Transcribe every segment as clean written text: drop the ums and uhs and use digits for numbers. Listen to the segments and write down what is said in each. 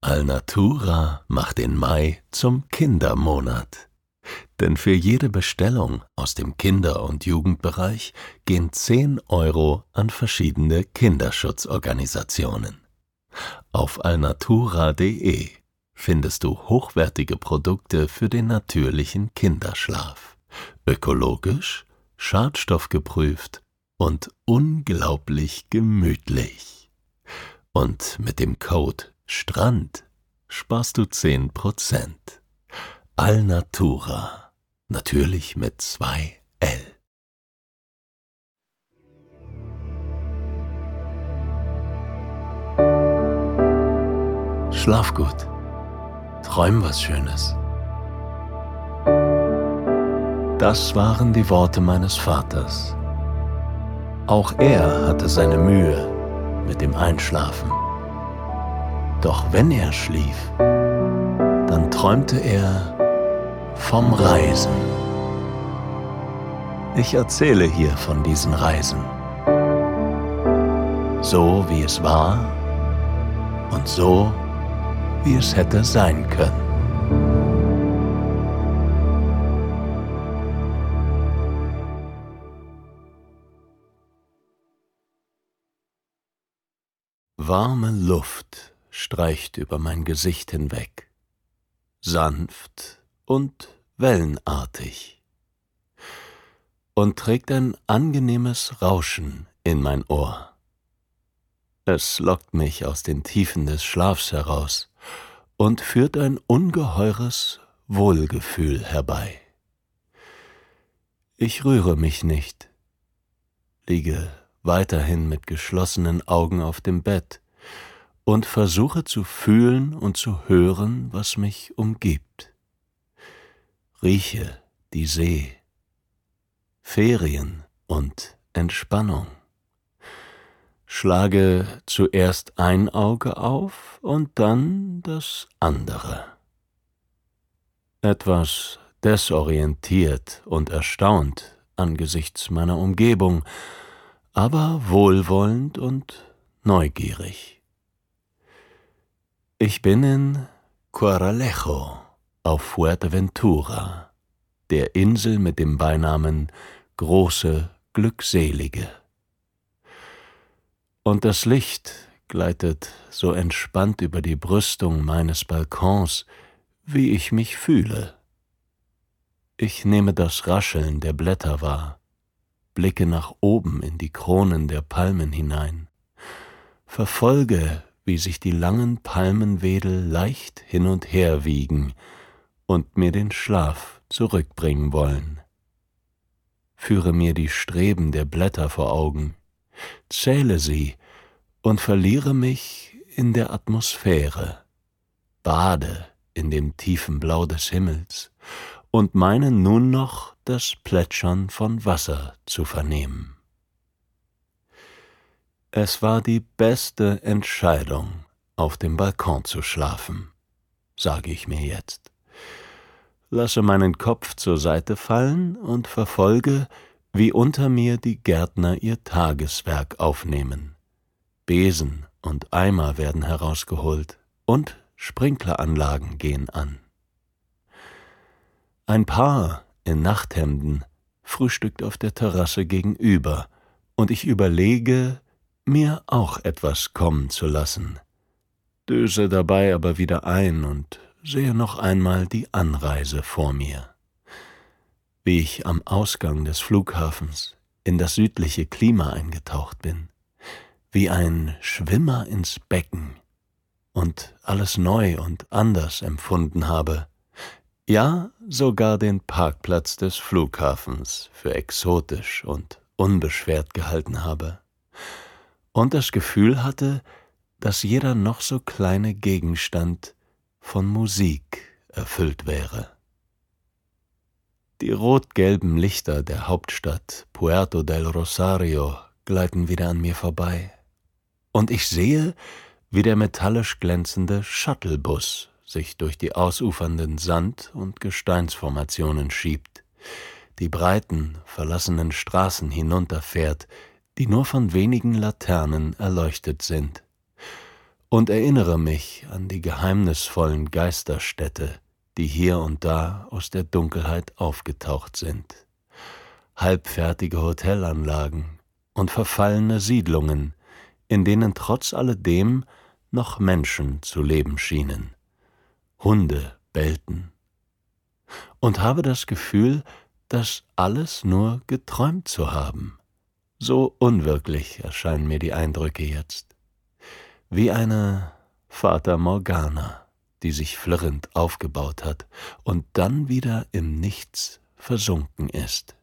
Alnatura macht den Mai zum Kindermonat. Denn für jede Bestellung aus dem Kinder- und Jugendbereich gehen 10 Euro an verschiedene Kinderschutzorganisationen. Auf alnatura.de findest du hochwertige Produkte für den natürlichen Kinderschlaf. Ökologisch, schadstoffgeprüft und unglaublich gemütlich. Und mit dem Code STRAND sparst du 10%. Alnatura, natürlich mit 2 L. Schlaf gut, träum was Schönes. Das waren die Worte meines Vaters. Auch er hatte seine Mühe mit dem Einschlafen. Doch wenn er schlief, dann träumte er vom Reisen. Ich erzähle hier von diesen Reisen. So wie es war und so wie es hätte sein können. Warme Luft streicht über mein Gesicht hinweg, sanft und wellenartig, und trägt ein angenehmes Rauschen in mein Ohr. Es lockt mich aus den Tiefen des Schlafs heraus und führt ein ungeheures Wohlgefühl herbei. Ich rühre mich nicht, liege weiterhin mit geschlossenen Augen auf dem Bett und versuche zu fühlen und zu hören, was mich umgibt. Rieche die See, Ferien und Entspannung. Schlage zuerst ein Auge auf und dann das andere. Etwas desorientiert und erstaunt angesichts meiner Umgebung, aber wohlwollend und neugierig. Ich bin in Corralejo auf Fuerteventura, der Insel mit dem Beinamen Große Glückselige. Und das Licht gleitet so entspannt über die Brüstung meines Balkons, wie ich mich fühle. Ich nehme das Rascheln der Blätter wahr, blicke nach oben in die Kronen der Palmen hinein, verfolge, wie sich die langen Palmenwedel leicht hin und her wiegen und mir den Schlaf zurückbringen wollen. Führe mir die Streben der Blätter vor Augen, zähle sie und verliere mich in der Atmosphäre, bade in dem tiefen Blau des Himmels und meine nun noch das Plätschern von Wasser zu vernehmen. Es war die beste Entscheidung, auf dem Balkon zu schlafen, sage ich mir jetzt. Lasse meinen Kopf zur Seite fallen und verfolge, wie unter mir die Gärtner ihr Tageswerk aufnehmen. Besen und Eimer werden herausgeholt und Sprinkleranlagen gehen an. Ein Paar in Nachthemden frühstückt auf der Terrasse gegenüber und ich überlege, mir auch etwas kommen zu lassen, döse dabei aber wieder ein und sehe noch einmal die Anreise vor mir. Wie ich am Ausgang des Flughafens in das südliche Klima eingetaucht bin, wie ein Schwimmer ins Becken und alles neu und anders empfunden habe, ja sogar den Parkplatz des Flughafens für exotisch und unbeschwert gehalten habe und das Gefühl hatte, dass jeder noch so kleine Gegenstand von Musik erfüllt wäre. Die rot-gelben Lichter der Hauptstadt Puerto del Rosario gleiten wieder an mir vorbei, und ich sehe, wie der metallisch glänzende Shuttlebus sich durch die ausufernden Sand- und Gesteinsformationen schiebt, die breiten, verlassenen Straßen hinunterfährt, die nur von wenigen Laternen erleuchtet sind, und erinnere mich an die geheimnisvollen Geisterstädte, die hier und da aus der Dunkelheit aufgetaucht sind. Halbfertige Hotelanlagen und verfallene Siedlungen, in denen trotz alledem noch Menschen zu leben schienen. Hunde bellten. Und habe das Gefühl, das alles nur geträumt zu haben. So unwirklich erscheinen mir die Eindrücke jetzt. Wie eine Fata Morgana, die sich flirrend aufgebaut hat und dann wieder im Nichts versunken ist.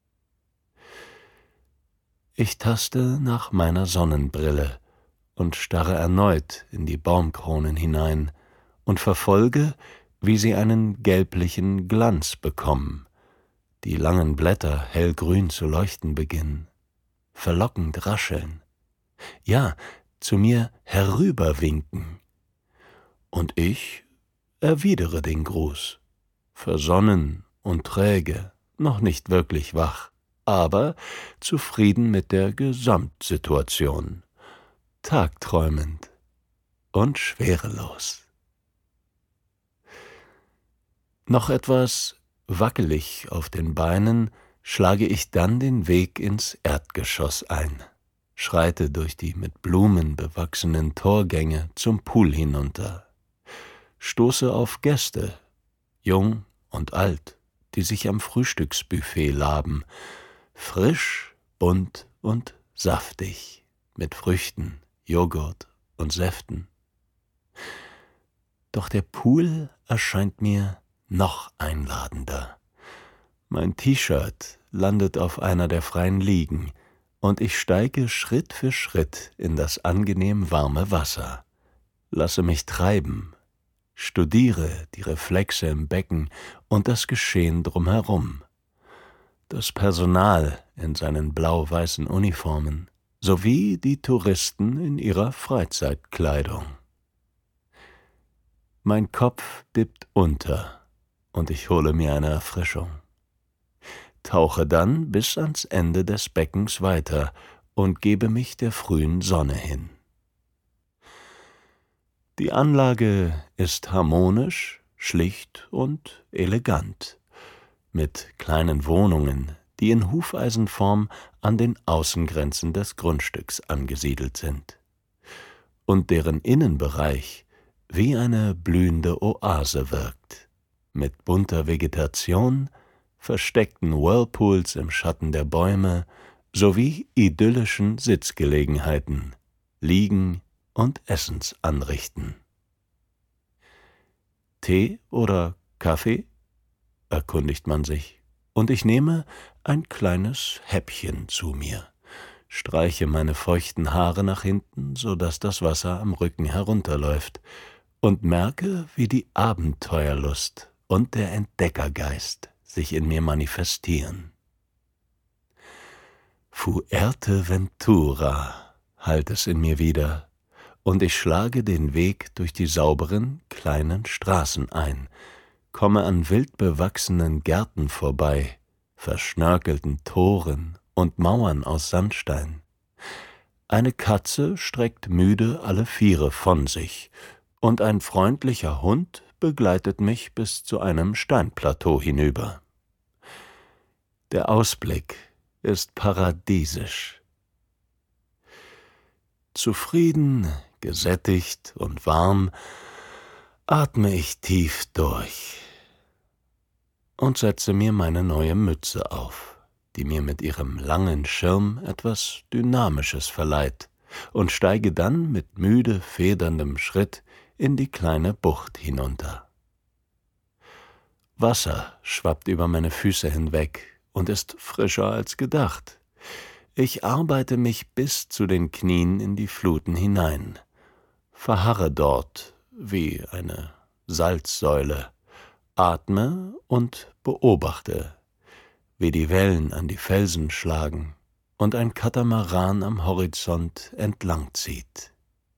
Ich taste nach meiner Sonnenbrille und starre erneut in die Baumkronen hinein und verfolge, wie sie einen gelblichen Glanz bekommen, die langen Blätter hellgrün zu leuchten beginnen, verlockend rascheln, ja, zu mir herüberwinken. Und ich erwidere den Gruß, versonnen und träge, noch nicht wirklich wach, aber zufrieden mit der Gesamtsituation, tagträumend und schwerelos. Noch etwas wackelig auf den Beinen schlage ich dann den Weg ins Erdgeschoss ein, schreite durch die mit Blumen bewachsenen Torgänge zum Pool hinunter, stoße auf Gäste, jung und alt, die sich am Frühstücksbuffet laben, frisch, bunt und saftig, mit Früchten, Joghurt und Säften. Doch der Pool erscheint mir noch einladender. Mein T-Shirt landet auf einer der freien Liegen und ich steige Schritt für Schritt in das angenehm warme Wasser, lasse mich treiben, studiere die Reflexe im Becken und das Geschehen drumherum, das Personal in seinen blau-weißen Uniformen sowie die Touristen in ihrer Freizeitkleidung. Mein Kopf dippt unter und ich hole mir eine Erfrischung. Tauche dann bis ans Ende des Beckens weiter und gebe mich der frühen Sonne hin. Die Anlage ist harmonisch, schlicht und elegant, mit kleinen Wohnungen, die in Hufeisenform an den Außengrenzen des Grundstücks angesiedelt sind und deren Innenbereich wie eine blühende Oase wirkt, mit bunter Vegetation, versteckten Whirlpools im Schatten der Bäume sowie idyllischen Sitzgelegenheiten, Liegen und Essensanrichten. Tee oder Kaffee? Erkundigt man sich, und ich nehme ein kleines Häppchen zu mir, streiche meine feuchten Haare nach hinten, so dass das Wasser am Rücken herunterläuft, und merke, wie die Abenteuerlust und der Entdeckergeist sich in mir manifestieren. Fuerteventura, hallt es in mir wieder, und ich schlage den Weg durch die sauberen, kleinen Straßen ein, komme an wild bewachsenen Gärten vorbei, verschnörkelten Toren und Mauern aus Sandstein. Eine Katze streckt müde alle Viere von sich, und ein freundlicher Hund begleitet mich bis zu einem Steinplateau hinüber. Der Ausblick ist paradiesisch. Zufrieden, gesättigt und warm atme ich tief durch und setze mir meine neue Mütze auf, die mir mit ihrem langen Schirm etwas Dynamisches verleiht, und steige dann mit müde federndem Schritt in die kleine Bucht hinunter. Wasser schwappt über meine Füße hinweg und ist frischer als gedacht. Ich arbeite mich bis zu den Knien in die Fluten hinein, verharre dort wie eine Salzsäule, atme und beobachte, wie die Wellen an die Felsen schlagen und ein Katamaran am Horizont entlangzieht.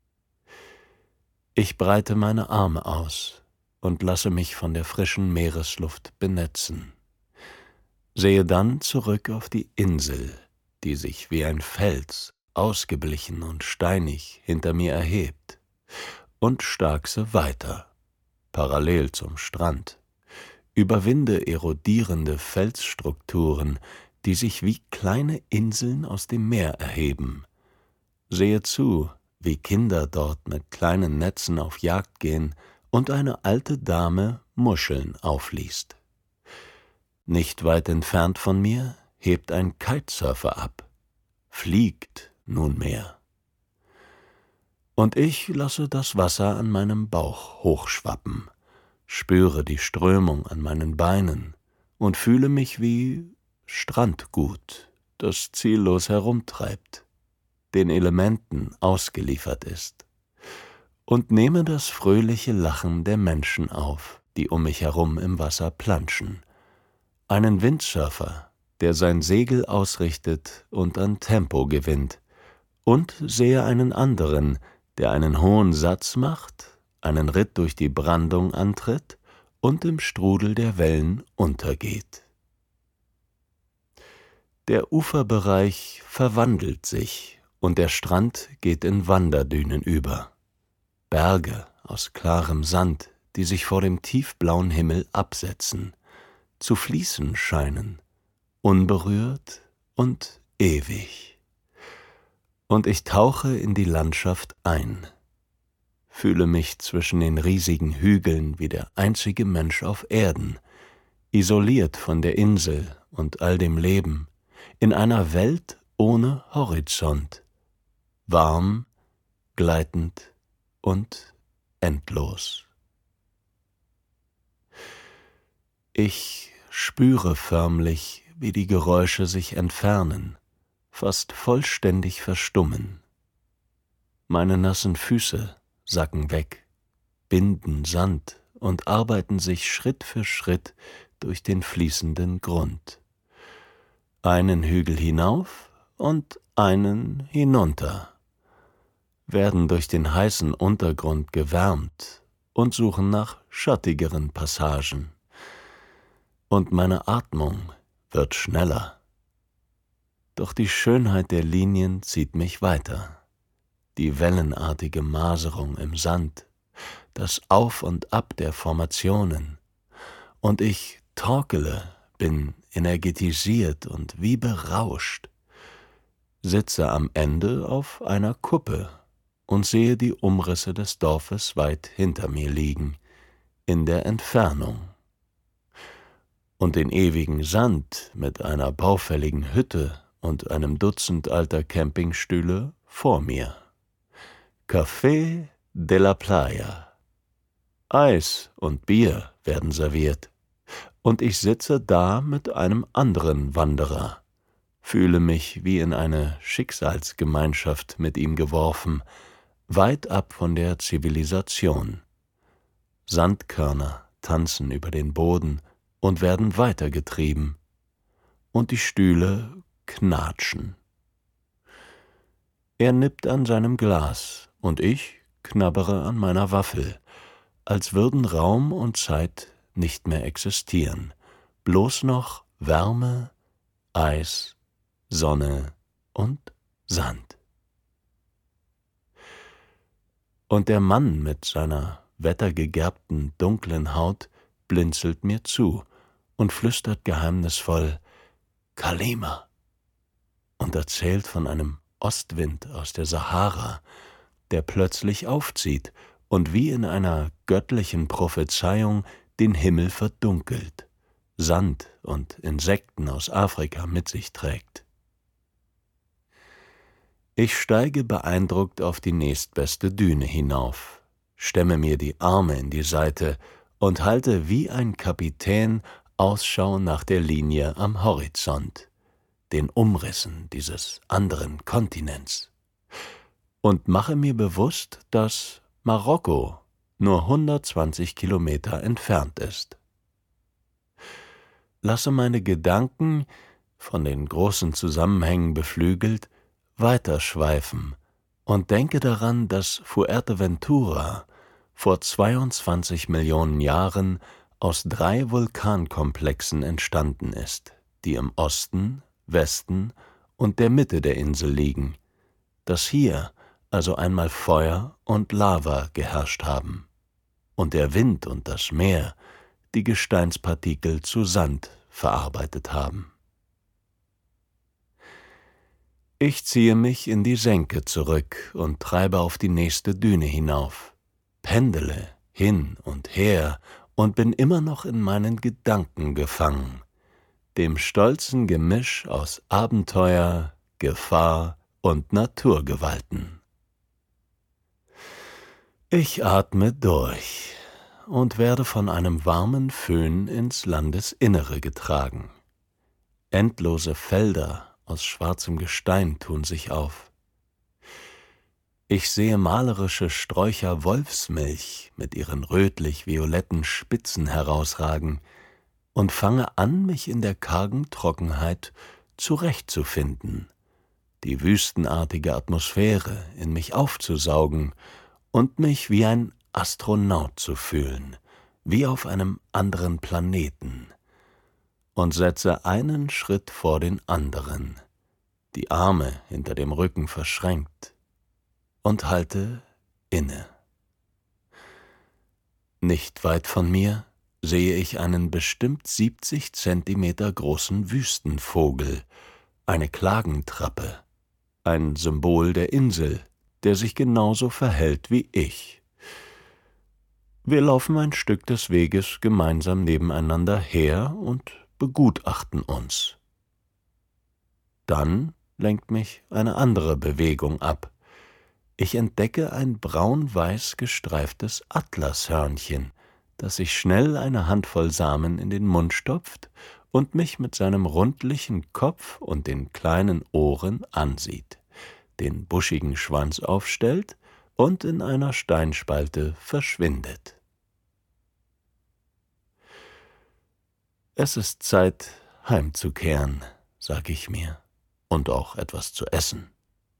Ich breite meine Arme aus und lasse mich von der frischen Meeresluft benetzen, sehe dann zurück auf die Insel, die sich wie ein Fels, ausgeblichen und steinig, hinter mir erhebt, und starkse weiter, parallel zum Strand, überwinde erodierende Felsstrukturen, die sich wie kleine Inseln aus dem Meer erheben, sehe zu, wie Kinder dort mit kleinen Netzen auf Jagd gehen und eine alte Dame Muscheln aufliest. Nicht weit entfernt von mir hebt ein Kitesurfer ab, fliegt nunmehr. Und ich lasse das Wasser an meinem Bauch hochschwappen, spüre die Strömung an meinen Beinen und fühle mich wie Strandgut, das ziellos herumtreibt, den Elementen ausgeliefert ist, und nehme das fröhliche Lachen der Menschen auf, die um mich herum im Wasser planschen, einen Windsurfer, der sein Segel ausrichtet und an Tempo gewinnt, und sehe einen anderen, der einen hohen Satz macht, einen Ritt durch die Brandung antritt und im Strudel der Wellen untergeht. Der Uferbereich verwandelt sich und der Strand geht in Wanderdünen über. Berge aus klarem Sand, die sich vor dem tiefblauen Himmel absetzen, zu fließen scheinen, unberührt und ewig. Und ich tauche in die Landschaft ein, fühle mich zwischen den riesigen Hügeln wie der einzige Mensch auf Erden, isoliert von der Insel und all dem Leben, in einer Welt ohne Horizont, warm, gleitend und endlos. Ich spüre förmlich, wie die Geräusche sich entfernen, fast vollständig verstummen. Meine nassen Füße sacken weg, binden Sand und arbeiten sich Schritt für Schritt durch den fließenden Grund. Einen Hügel hinauf und einen hinunter, werden durch den heißen Untergrund gewärmt und suchen nach schattigeren Passagen. Und meine Atmung wird schneller. Doch die Schönheit der Linien zieht mich weiter. Die wellenartige Maserung im Sand, das Auf und Ab der Formationen. Und ich torkele, bin energetisiert und wie berauscht, sitze am Ende auf einer Kuppe und sehe die Umrisse des Dorfes weit hinter mir liegen, in der Entfernung. Und den ewigen Sand mit einer baufälligen Hütte und einem Dutzend alter Campingstühle vor mir. Café de la Playa. Eis und Bier werden serviert, und ich sitze da mit einem anderen Wanderer, fühle mich wie in eine Schicksalsgemeinschaft mit ihm geworfen, weit ab von der Zivilisation. Sandkörner tanzen über den Boden und werden weitergetrieben, und die Stühle knatschen. Er nippt an seinem Glas, und ich knabbere an meiner Waffel, als würden Raum und Zeit nicht mehr existieren, bloß noch Wärme, Eis, Sonne und Sand. Und der Mann mit seiner wettergegerbten, dunklen Haut blinzelt mir zu und flüstert geheimnisvoll »Kalima« und erzählt von einem Ostwind aus der Sahara, der plötzlich aufzieht und wie in einer göttlichen Prophezeiung den Himmel verdunkelt, Sand und Insekten aus Afrika mit sich trägt. Ich steige beeindruckt auf die nächstbeste Düne hinauf, stemme mir die Arme in die Seite und halte wie ein Kapitän Ausschau nach der Linie am Horizont, den Umrissen dieses anderen Kontinents, und mache mir bewusst, dass Marokko nur 120 Kilometer entfernt ist. Lasse meine Gedanken, von den großen Zusammenhängen beflügelt, weiterschweifen und denke daran, dass Fuerteventura vor 22 Millionen Jahren aus 3 Vulkankomplexen entstanden ist, die im Osten, Westen und der Mitte der Insel liegen, dass hier also einmal Feuer und Lava geherrscht haben und der Wind und das Meer die Gesteinspartikel zu Sand verarbeitet haben. Ich ziehe mich in die Senke zurück und treibe auf die nächste Düne hinauf, pendele hin und her und bin immer noch in meinen Gedanken gefangen, dem stolzen Gemisch aus Abenteuer, Gefahr und Naturgewalten. Ich atme durch und werde von einem warmen Föhn ins Landesinnere getragen. Endlose Felder aus schwarzem Gestein tun sich auf. Ich sehe malerische Sträucher Wolfsmilch mit ihren rötlich-violetten Spitzen herausragen und fange an, mich in der kargen Trockenheit zurechtzufinden, die wüstenartige Atmosphäre in mich aufzusaugen und mich wie ein Astronaut zu fühlen, wie auf einem anderen Planeten, und setze einen Schritt vor den anderen, die Arme hinter dem Rücken verschränkt, und halte inne. Nicht weit von mir sehe ich einen bestimmt 70 Zentimeter großen Wüstenvogel, eine Klagentrappe, ein Symbol der Insel, der sich genauso verhält wie ich. Wir laufen ein Stück des Weges gemeinsam nebeneinander her und begutachten uns. Dann lenkt mich eine andere Bewegung ab. Ich entdecke ein braun-weiß gestreiftes Atlashörnchen, das sich schnell eine Handvoll Samen in den Mund stopft und mich mit seinem rundlichen Kopf und den kleinen Ohren ansieht, den buschigen Schwanz aufstellt und in einer Steinspalte verschwindet. Es ist Zeit, heimzukehren, sag ich mir, und auch etwas zu essen.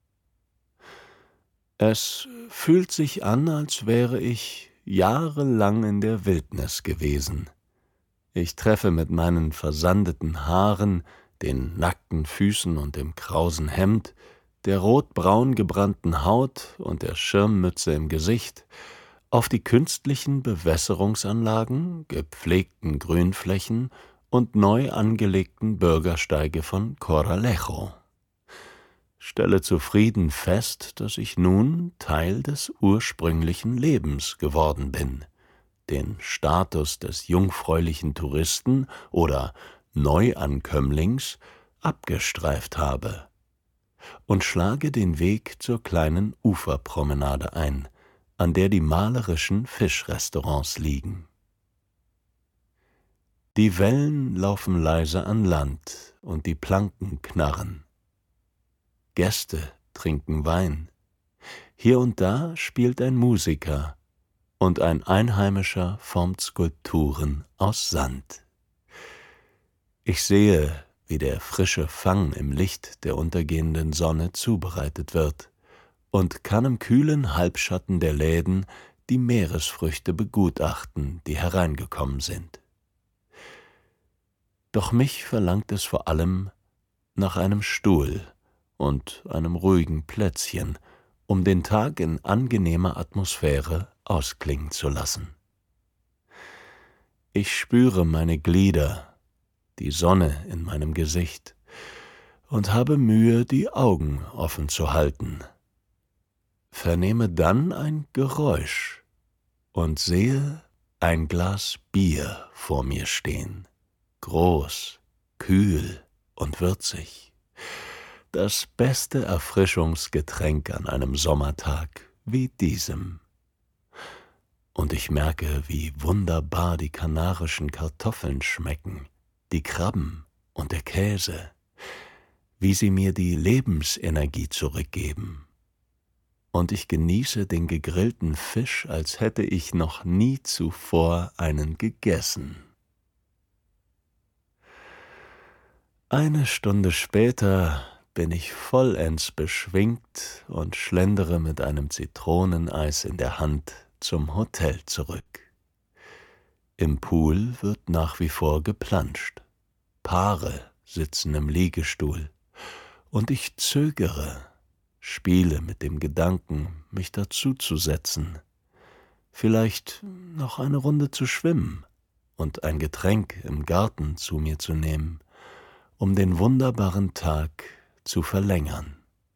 Es fühlt sich an, als wäre ich jahrelang in der Wildnis gewesen. Ich treffe mit meinen versandeten Haaren, den nackten Füßen und dem krausen Hemd, der rotbraun gebrannten Haut und der Schirmmütze im Gesicht auf die künstlichen Bewässerungsanlagen, gepflegten Grünflächen und neu angelegten Bürgersteige von Corralejo. Stelle zufrieden fest, dass ich nun Teil des ursprünglichen Lebens geworden bin, den Status des jungfräulichen Touristen oder Neuankömmlings abgestreift habe, und schlage den Weg zur kleinen Uferpromenade ein, an der die malerischen Fischrestaurants liegen. Die Wellen laufen leise an Land und die Planken knarren. Gäste trinken Wein. Hier und da spielt ein Musiker und ein Einheimischer formt Skulpturen aus Sand. Ich sehe, wie der frische Fang im Licht der untergehenden Sonne zubereitet wird und kann im kühlen Halbschatten der Läden die Meeresfrüchte begutachten, die hereingekommen sind. Doch mich verlangt es vor allem nach einem Stuhl und einem ruhigen Plätzchen, um den Tag in angenehmer Atmosphäre ausklingen zu lassen. Ich spüre meine Glieder, die Sonne in meinem Gesicht und habe Mühe, die Augen offen zu halten. Vernehme dann ein Geräusch und sehe ein Glas Bier vor mir stehen, groß, kühl und würzig. Das beste Erfrischungsgetränk an einem Sommertag wie diesem. Und ich merke, wie wunderbar die kanarischen Kartoffeln schmecken, die Krabben und der Käse, wie sie mir die Lebensenergie zurückgeben. Und ich genieße den gegrillten Fisch, als hätte ich noch nie zuvor einen gegessen. Eine Stunde später bin ich vollends beschwingt und schlendere mit einem Zitroneneis in der Hand zum Hotel zurück. Im Pool wird nach wie vor geplanscht. Paare sitzen im Liegestuhl und ich zögere, spiele mit dem Gedanken, mich dazuzusetzen, vielleicht noch eine Runde zu schwimmen und ein Getränk im Garten zu mir zu nehmen, um den wunderbaren Tag zu verlängern.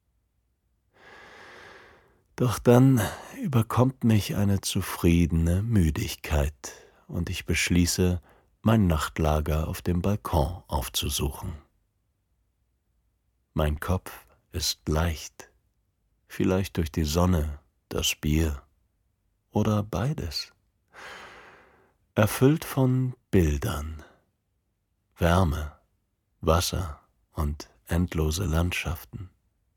Doch dann überkommt mich eine zufriedene Müdigkeit und ich beschließe, mein Nachtlager auf dem Balkon aufzusuchen. Mein Kopf ist leicht, vielleicht durch die Sonne, das Bier oder beides, erfüllt von Bildern, Wärme, Wasser und endlose Landschaften.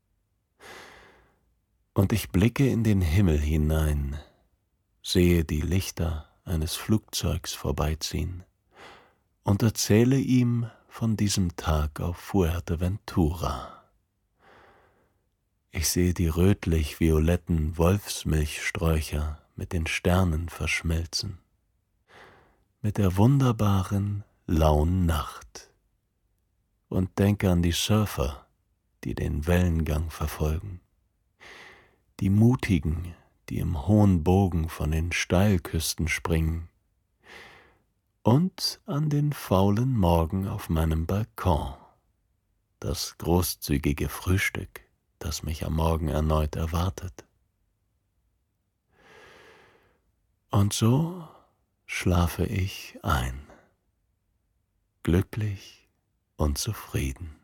Und ich blicke in den Himmel hinein, sehe die Lichter eines Flugzeugs vorbeiziehen und erzähle ihm von diesem Tag auf Fuerteventura. Ich sehe die rötlich-violetten Wolfsmilchsträucher mit den Sternen verschmelzen, mit der wunderbaren, lauen Nacht und denke an die Surfer, die den Wellengang verfolgen, die Mutigen, die im hohen Bogen von den Steilküsten springen, und an den faulen Morgen auf meinem Balkon, das großzügige Frühstück, das mich am Morgen erneut erwartet. Und so schlafe ich ein, glücklich und zufrieden.